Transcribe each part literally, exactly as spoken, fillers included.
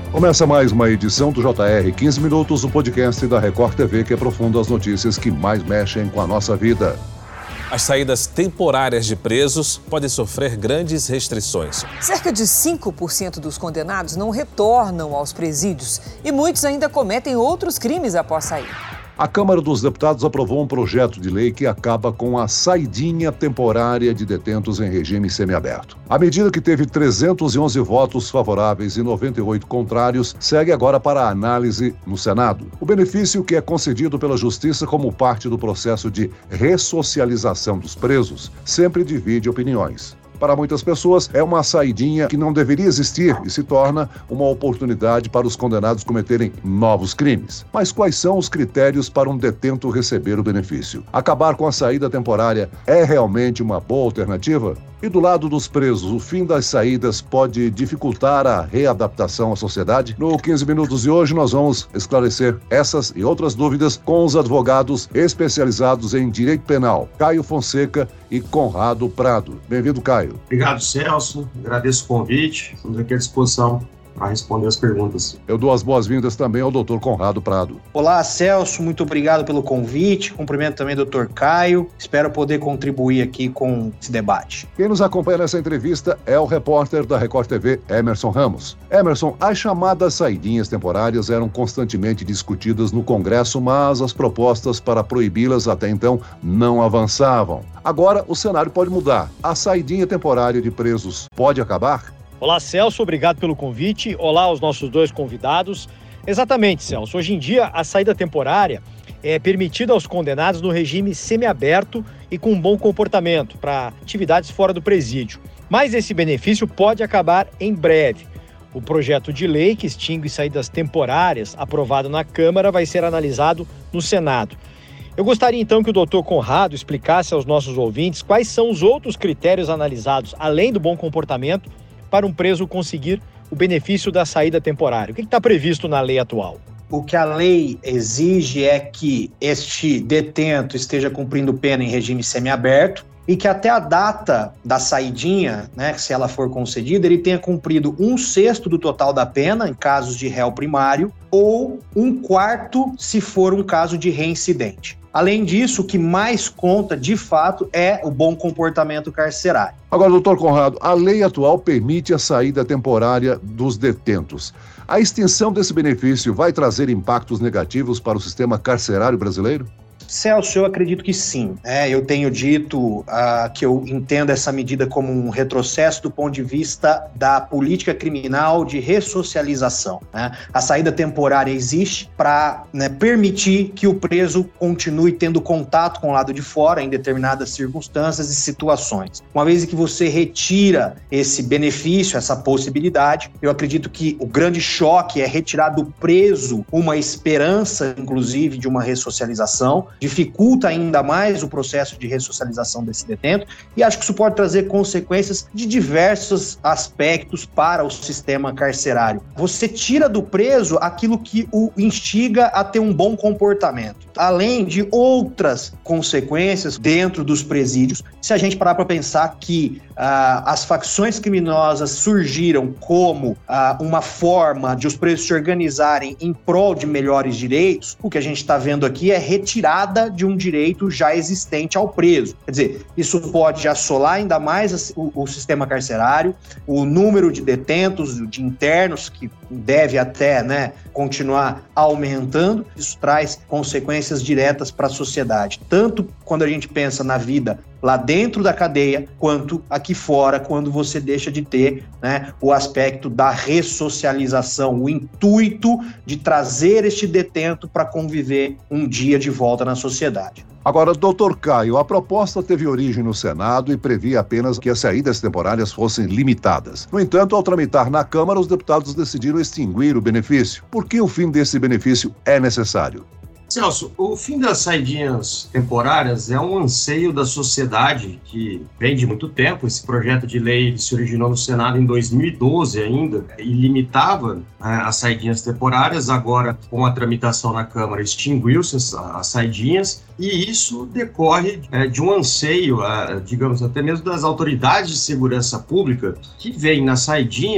Começa mais uma edição do J R quinze Minutos, o podcast da Record T V que aprofunda as notícias que mais mexem com a nossa vida. As saídas temporárias de presos podem sofrer grandes restrições. Cerca de cinco por cento dos condenados não retornam aos presídios e muitos ainda cometem outros crimes após sair. A Câmara dos Deputados aprovou um projeto de lei que acaba com a saidinha temporária de detentos em regime semiaberto. A medida, que teve trezentos e onze votos favoráveis e noventa e oito contrários, segue agora para análise no Senado. O benefício, que é concedido pela Justiça como parte do processo de ressocialização dos presos, sempre divide opiniões. Para muitas pessoas, é uma saidinha que não deveria existir e se torna uma oportunidade para os condenados cometerem novos crimes. Mas quais são os critérios para um detento receber o benefício? Acabar com a saída temporária é realmente uma boa alternativa? E do lado dos presos, o fim das saídas pode dificultar a readaptação à sociedade? No quinze Minutos de hoje, nós vamos esclarecer essas e outras dúvidas com os advogados especializados em direito penal, Caio Fonseca e Conrado Prado. Bem-vindo, Caio. Obrigado, Celso. Agradeço o convite. Estamos aqui à disposição para responder as perguntas. Eu dou as boas-vindas também ao doutor Conrado Prado. Olá, Celso. Muito obrigado pelo convite. Cumprimento também o doutor Caio. Espero poder contribuir aqui com esse debate. Quem nos acompanha nessa entrevista é o repórter da Record T V, Emerson Ramos. Emerson, as chamadas saidinhas temporárias eram constantemente discutidas no Congresso, mas as propostas para proibi-las até então não avançavam. Agora, o cenário pode mudar. A saidinha temporária de presos pode acabar? Olá, Celso, obrigado pelo convite. Olá aos nossos dois convidados. Exatamente, Celso. Hoje em dia, a saída temporária é permitida aos condenados no regime semiaberto e com um bom comportamento para atividades fora do presídio. Mas esse benefício pode acabar em breve. O projeto de lei que extingue saídas temporárias, aprovado na Câmara, vai ser analisado no Senado. Eu gostaria então que o doutor Conrado explicasse aos nossos ouvintes quais são os outros critérios analisados, além do bom comportamento, para um preso conseguir o benefício da saída temporária. O que está previsto na lei atual? O que a lei exige é que este detento esteja cumprindo pena em regime semiaberto e que até a data da saidinha, né, se ela for concedida, ele tenha cumprido um sexto do total da pena, em casos de réu primário, ou um quarto se for um caso de reincidente. Além disso, o que mais conta, de fato, é o bom comportamento carcerário. Agora, doutor Conrado, a lei atual permite a saída temporária dos detentos. A extinção desse benefício vai trazer impactos negativos para o sistema carcerário brasileiro? Celso, eu acredito que sim. É, eu tenho dito uh, que eu entendo essa medida como um retrocesso do ponto de vista da política criminal de ressocialização, né? A saída temporária existe para, né, permitir que o preso continue tendo contato com o lado de fora em determinadas circunstâncias e situações. Uma vez que você retira esse benefício, essa possibilidade, eu acredito que o grande choque é retirar do preso uma esperança, inclusive, de uma ressocialização, dificulta ainda mais o processo de ressocialização desse detento e acho que isso pode trazer consequências de diversos aspectos para o sistema carcerário. Você tira do preso aquilo que o instiga a ter um bom comportamento, além de outras consequências dentro dos presídios. Se a gente parar para pensar que ah, as facções criminosas surgiram como ah, uma forma de os presos se organizarem em prol de melhores direitos, o que a gente está vendo aqui é retirada de um direito já existente ao preso. Quer dizer, isso pode assolar ainda mais o, o sistema carcerário, o número de detentos, de internos, que deve até, né, continuar aumentando. Isso traz consequências diretas para a sociedade, tanto quando a gente pensa na vida lá dentro da cadeia, quanto aqui fora, quando você deixa de ter, né, o aspecto da ressocialização, o intuito de trazer este detento para conviver um dia de volta na sociedade. Agora, doutor Caio, a proposta teve origem no Senado e previa apenas que as saídas temporárias fossem limitadas. No entanto, ao tramitar na Câmara, os deputados decidiram extinguir o benefício. Por que o fim desse benefício é necessário? Celso, o fim das saidinhas temporárias é um anseio da sociedade que vem de muito tempo. Esse projeto de lei se originou no Senado em dois mil e doze ainda e limitava, né, as saidinhas temporárias. Agora, com a tramitação na Câmara, extinguiu-se as, as saidinhas e isso decorre é, de um anseio, é, digamos, até mesmo das autoridades de segurança pública que veem na saidinha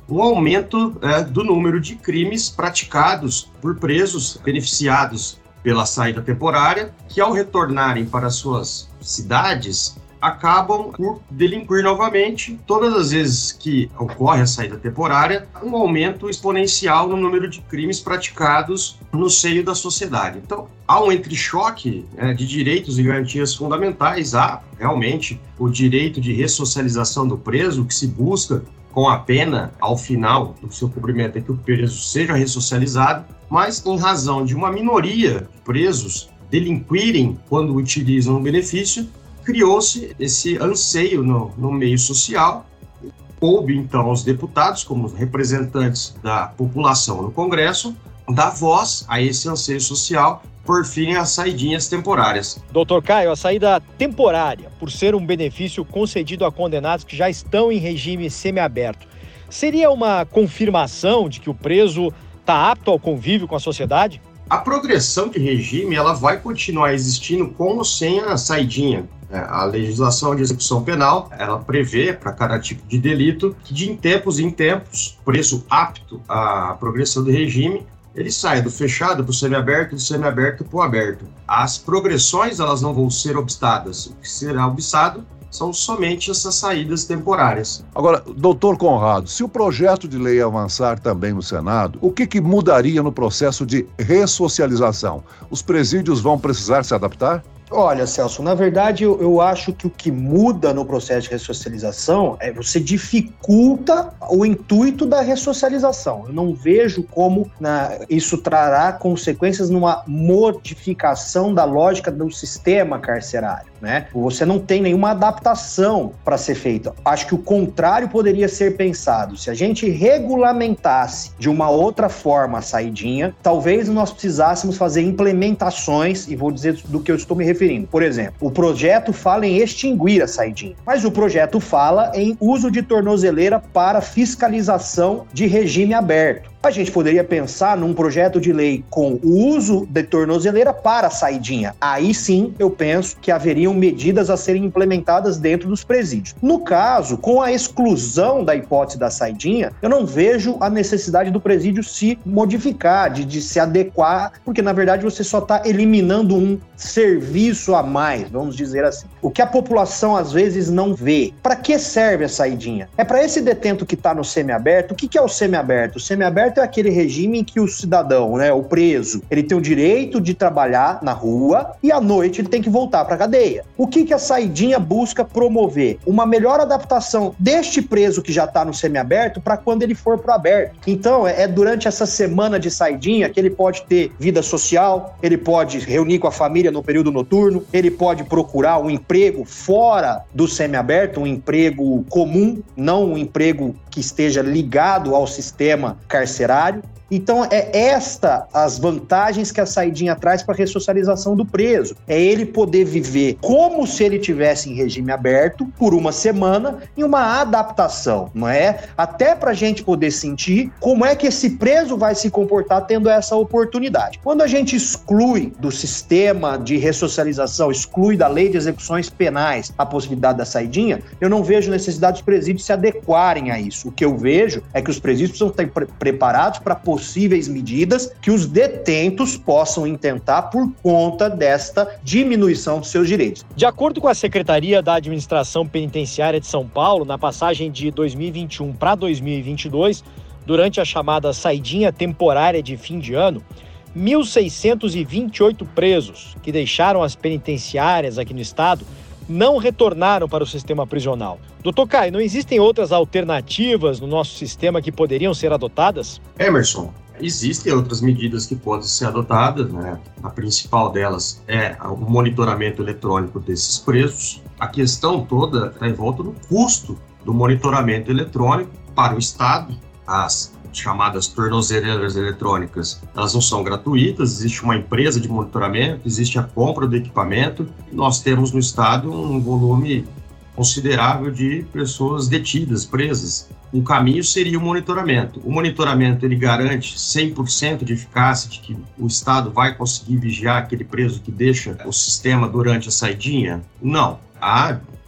um aumento é, do número de crimes praticados por presos beneficiados pela saída temporária, que ao retornarem para suas cidades, acabam por delinquir novamente. Todas as vezes que ocorre a saída temporária, um aumento exponencial no número de crimes praticados no seio da sociedade. Então, há um entrechoque é, de direitos e garantias fundamentais. Há realmente o direito de ressocialização do preso, que se busca com a pena, ao final do seu cumprimento, é que o preso seja ressocializado, mas em razão de uma minoria de presos delinquirem quando utilizam o benefício, criou-se esse anseio no, no meio social. Coube, então, aos deputados, como representantes da população no Congresso, dar voz a esse anseio social, por fim, as saidinhas temporárias. Doutor Caio, a saída temporária, por ser um benefício concedido a condenados que já estão em regime semiaberto, seria uma confirmação de que o preso está apto ao convívio com a sociedade? A progressão de regime ela vai continuar existindo com ou sem a saidinha. A legislação de execução penal, ela prevê para cada tipo de delito que de tempos em tempos, preso apto à progressão do regime, ele sai do fechado para o semiaberto, do semiaberto para o aberto. As progressões elas não vão ser obstadas. O que será obstado são somente essas saídas temporárias. Agora, doutor Conrado, se o projeto de lei avançar também no Senado, o que, que mudaria no processo de ressocialização? Os presídios vão precisar se adaptar? Olha, Celso, na verdade eu, eu acho que o que muda no processo de ressocialização é você dificulta o intuito da ressocialização. Eu não vejo como na, isso trará consequências numa modificação da lógica do sistema carcerário, né? Você não tem nenhuma adaptação para ser feita. Acho que o contrário poderia ser pensado. Se a gente regulamentasse de uma outra forma a saidinha, talvez nós precisássemos fazer implementações, e vou dizer do que eu estou me referindo. Por exemplo, o projeto fala em extinguir a saidinha, mas o projeto fala em uso de tornozeleira para fiscalização de regime aberto. A gente poderia pensar num projeto de lei com o uso de tornozeleira para a saidinha. Aí sim, eu penso que haveriam medidas a serem implementadas dentro dos presídios. No caso, com a exclusão da hipótese da saidinha, eu não vejo a necessidade do presídio se modificar, de, de se adequar, porque na verdade você só está eliminando um serviço a mais, vamos dizer assim. O que a população às vezes não vê. Para que serve a saidinha? É para esse detento que está no semiaberto. O que, que é o semiaberto? O semiaberto é aquele regime em que o cidadão, né, o preso, ele tem o direito de trabalhar na rua e à noite ele tem que voltar para a cadeia. O que, que a saidinha busca promover? Uma melhor adaptação deste preso que já está no semiaberto para quando ele for para o aberto. Então, é, é durante essa semana de saidinha que ele pode ter vida social, ele pode reunir com a família no período noturno, ele pode procurar um emprego fora do semiaberto, um emprego comum, não um emprego que esteja ligado ao sistema carcerário. Então, é esta as vantagens que a saidinha traz para a ressocialização do preso. É ele poder viver como se ele tivesse em regime aberto por uma semana em uma adaptação, não é? Até para a gente poder sentir como é que esse preso vai se comportar tendo essa oportunidade. Quando a gente exclui do sistema de ressocialização, exclui da lei de execuções penais a possibilidade da saidinha, eu não vejo necessidade dos presídios se adequarem a isso. O que eu vejo é que os presídios precisam estar pre- preparados para possíveis medidas que os detentos possam intentar por conta desta diminuição dos seus direitos. De acordo com a Secretaria da Administração Penitenciária de São Paulo, na passagem de dois mil e vinte e um para dois mil e vinte e dois, durante a chamada saidinha temporária de fim de ano, mil seiscentos e vinte e oito presos que deixaram as penitenciárias aqui no estado não retornaram para o sistema prisional. Doutor Caio, não existem outras alternativas no nosso sistema que poderiam ser adotadas? Emerson, existem outras medidas que podem ser adotadas, né? A principal delas é o monitoramento eletrônico desses presos. A questão toda está em volta do custo do monitoramento eletrônico para o Estado. As chamadas tornozeleiras eletrônicas, elas não são gratuitas, existe uma empresa de monitoramento, existe a compra do equipamento. Nós temos no Estado um volume considerável de pessoas detidas, presas. O caminho seria o monitoramento. O monitoramento, ele garante cem por cento de eficácia de que o Estado vai conseguir vigiar aquele preso que deixa o sistema durante a saidinha? Não. Há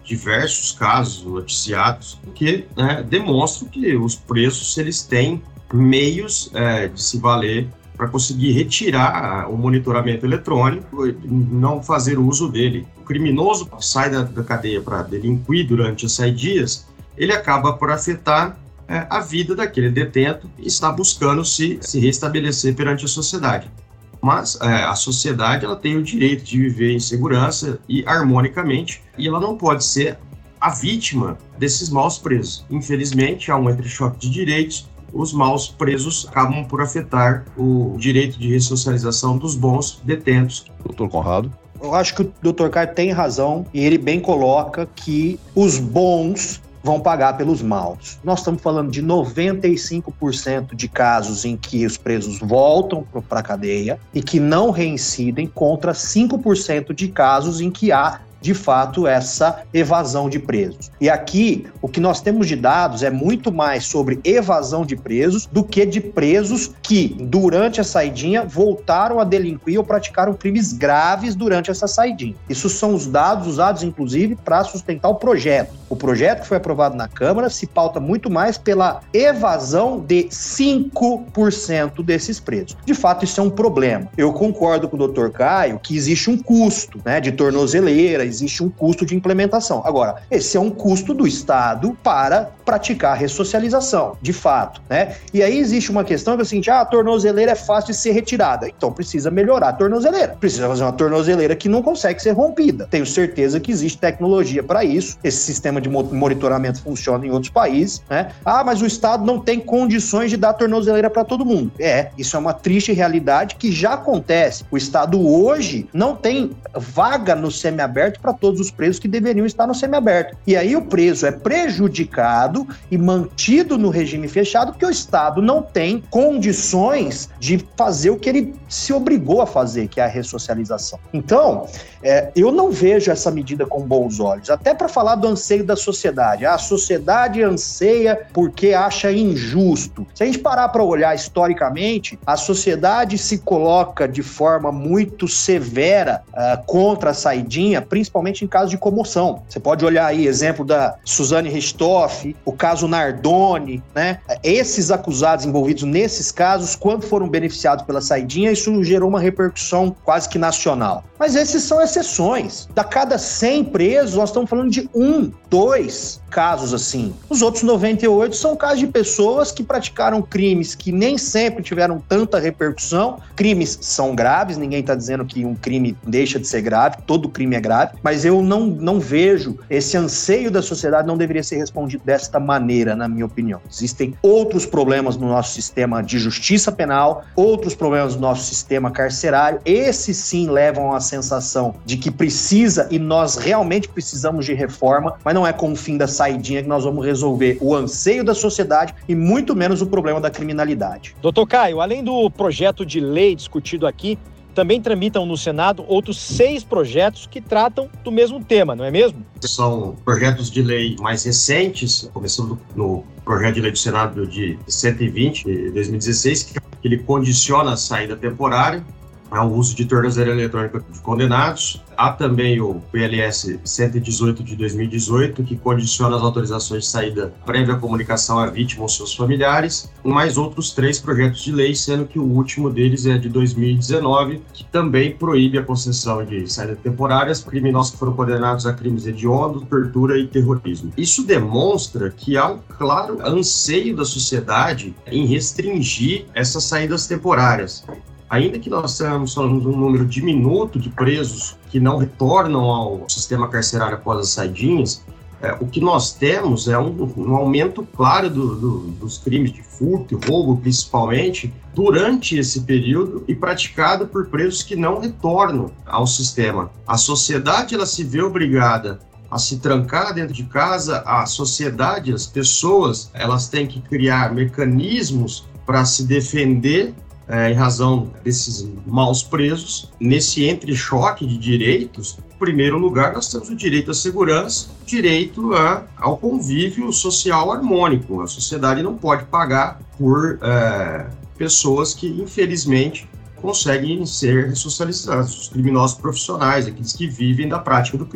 diversos casos noticiados que né, demonstram que os presos eles têm meios é, de se valer para conseguir retirar o monitoramento eletrônico e não fazer uso dele. O criminoso que sai da, da cadeia para delinquir durante as saidias, ele acaba por afetar é, a vida daquele detento e está buscando se, se restabelecer perante a sociedade. Mas é, a sociedade ela tem o direito de viver em segurança e harmonicamente, e ela não pode ser a vítima desses maus presos. Infelizmente, há um entrechoque de direitos. Os maus presos acabam por afetar o direito de ressocialização dos bons detentos. Doutor Conrado? Eu acho que o doutor Caio tem razão e ele bem coloca que os bons vão pagar pelos maus. Nós estamos falando de noventa e cinco por cento de casos em que os presos voltam para a cadeia e que não reincidem, contra cinco por cento de casos em que há de fato, essa evasão de presos. E aqui, o que nós temos de dados é muito mais sobre evasão de presos do que de presos que, durante a saidinha, voltaram a delinquir ou praticaram crimes graves durante essa saidinha. Isso são os dados usados, inclusive, para sustentar o projeto. O projeto que foi aprovado na Câmara se pauta muito mais pela evasão de cinco por cento desses presos. De fato, isso é um problema. Eu concordo com o doutor Caio que existe um custo, né, de tornozeleira, existe um custo de implementação. Agora, esse é um custo do Estado para praticar a ressocialização, de fato, né? E aí existe uma questão que é o seguinte, ah, a tornozeleira é fácil de ser retirada, então precisa melhorar a tornozeleira. Precisa fazer uma tornozeleira que não consegue ser rompida. Tenho certeza que existe tecnologia para isso. Esse sistema de monitoramento funciona em outros países, né? Ah, mas o Estado não tem condições de dar tornozeleira para todo mundo. É, isso é uma triste realidade que já acontece. O Estado hoje não tem vaga no semiaberto para todos os presos que deveriam estar no semiaberto. E aí o preso é prejudicado e mantido no regime fechado porque o Estado não tem condições de fazer o que ele se obrigou a fazer, que é a ressocialização. Então, é, eu não vejo essa medida com bons olhos, até para falar do anseio da sociedade. A sociedade anseia porque acha injusto. Se a gente parar para olhar historicamente, a sociedade se coloca de forma muito severa uh, contra a saidinha, principalmente em casos de comoção. Você pode olhar aí, exemplo da Suzane Richthofen, o caso Nardoni, né? Esses acusados envolvidos nesses casos, quando foram beneficiados pela saidinha, isso gerou uma repercussão quase que nacional. Mas esses são exceções. Da cada cem presos, nós estamos falando de um, dois casos assim. Os outros noventa e oito são casos de pessoas que praticaram crimes que nem sempre tiveram tanta repercussão. Crimes são graves, ninguém está dizendo que um crime deixa de ser grave, todo crime é grave, mas eu não, não vejo esse anseio da sociedade, não deveria ser respondido desta maneira, na minha opinião. Existem outros problemas no nosso sistema de justiça penal, outros problemas no nosso sistema carcerário, esses sim levam a sensação de que precisa, e nós realmente precisamos de reforma, mas não é com o fim da saidinha que nós vamos resolver o anseio da sociedade e muito menos o problema da criminalidade. Doutor Caio, além do projeto de lei discutido aqui, também tramitam no Senado outros seis projetos que tratam do mesmo tema, não é mesmo? São projetos de lei mais recentes, começando no projeto de lei do Senado de cento e vinte, de dois mil e dezesseis, que ele condiciona a saída temporária ao uso de tornozeleira eletrônica de condenados. Há também o P L S cento e dezoito de dois mil e dezoito, que condiciona as autorizações de saída prévia à comunicação à vítima ou seus familiares, mais outros três projetos de lei, sendo que o último deles é de dois mil e dezenove, que também proíbe a concessão de saídas temporárias para criminosos que foram condenados a crimes hediondos, tortura e terrorismo. Isso demonstra que há um claro anseio da sociedade em restringir essas saídas temporárias. Ainda que nós tenhamos um número diminuto de presos que não retornam ao sistema carcerário após as saidinhas, é, o que nós temos é um, um aumento claro do, do, dos crimes de furto e roubo, principalmente, durante esse período e praticado por presos que não retornam ao sistema. A sociedade ela se vê obrigada a se trancar dentro de casa, a sociedade, as pessoas, elas têm que criar mecanismos para se defender É, em razão desses maus presos. Nesse entrechoque de direitos, em primeiro lugar, nós temos o direito à segurança, o direito a, ao convívio social harmônico. A sociedade não pode pagar por é, pessoas que, infelizmente, conseguem ser ressocializados, os criminosos profissionais, aqueles que vivem da prática do crime.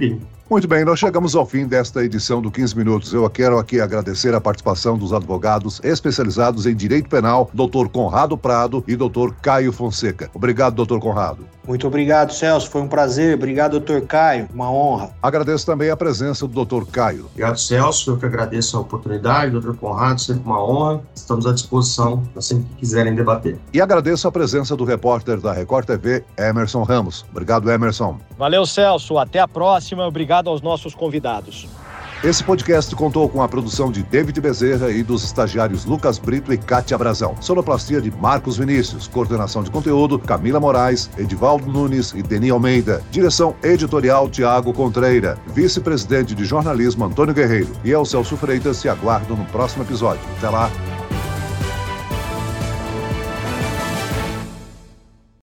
Muito bem, nós chegamos ao fim desta edição do quinze Minutos. Eu quero aqui agradecer a participação dos advogados especializados em Direito Penal, doutor Conrado Prado e doutor Caio Fonseca. Obrigado, doutor Conrado. Muito obrigado, Celso. Foi um prazer. Obrigado, doutor Caio. Uma honra. Agradeço também a presença do doutor Caio. Obrigado, Celso. Eu que agradeço a oportunidade. doutor Conrado, sempre uma honra. Estamos à disposição para sempre que quiserem debater. E agradeço a presença do repórter da Record T V, Emerson Ramos. Obrigado, Emerson. Valeu, Celso. Até a próxima. Obrigado aos nossos convidados. Esse podcast contou com a produção de David Bezerra e dos estagiários Lucas Brito e Kátia Brazão. Sonoplastia de Marcos Vinícius. Coordenação de conteúdo, Camila Moraes, Edivaldo Nunes e Deni Almeida. Direção editorial, Tiago Contreira. Vice-presidente de jornalismo, Antônio Guerreiro. E eu, Celso Freitas, te aguardo no próximo episódio. Até lá.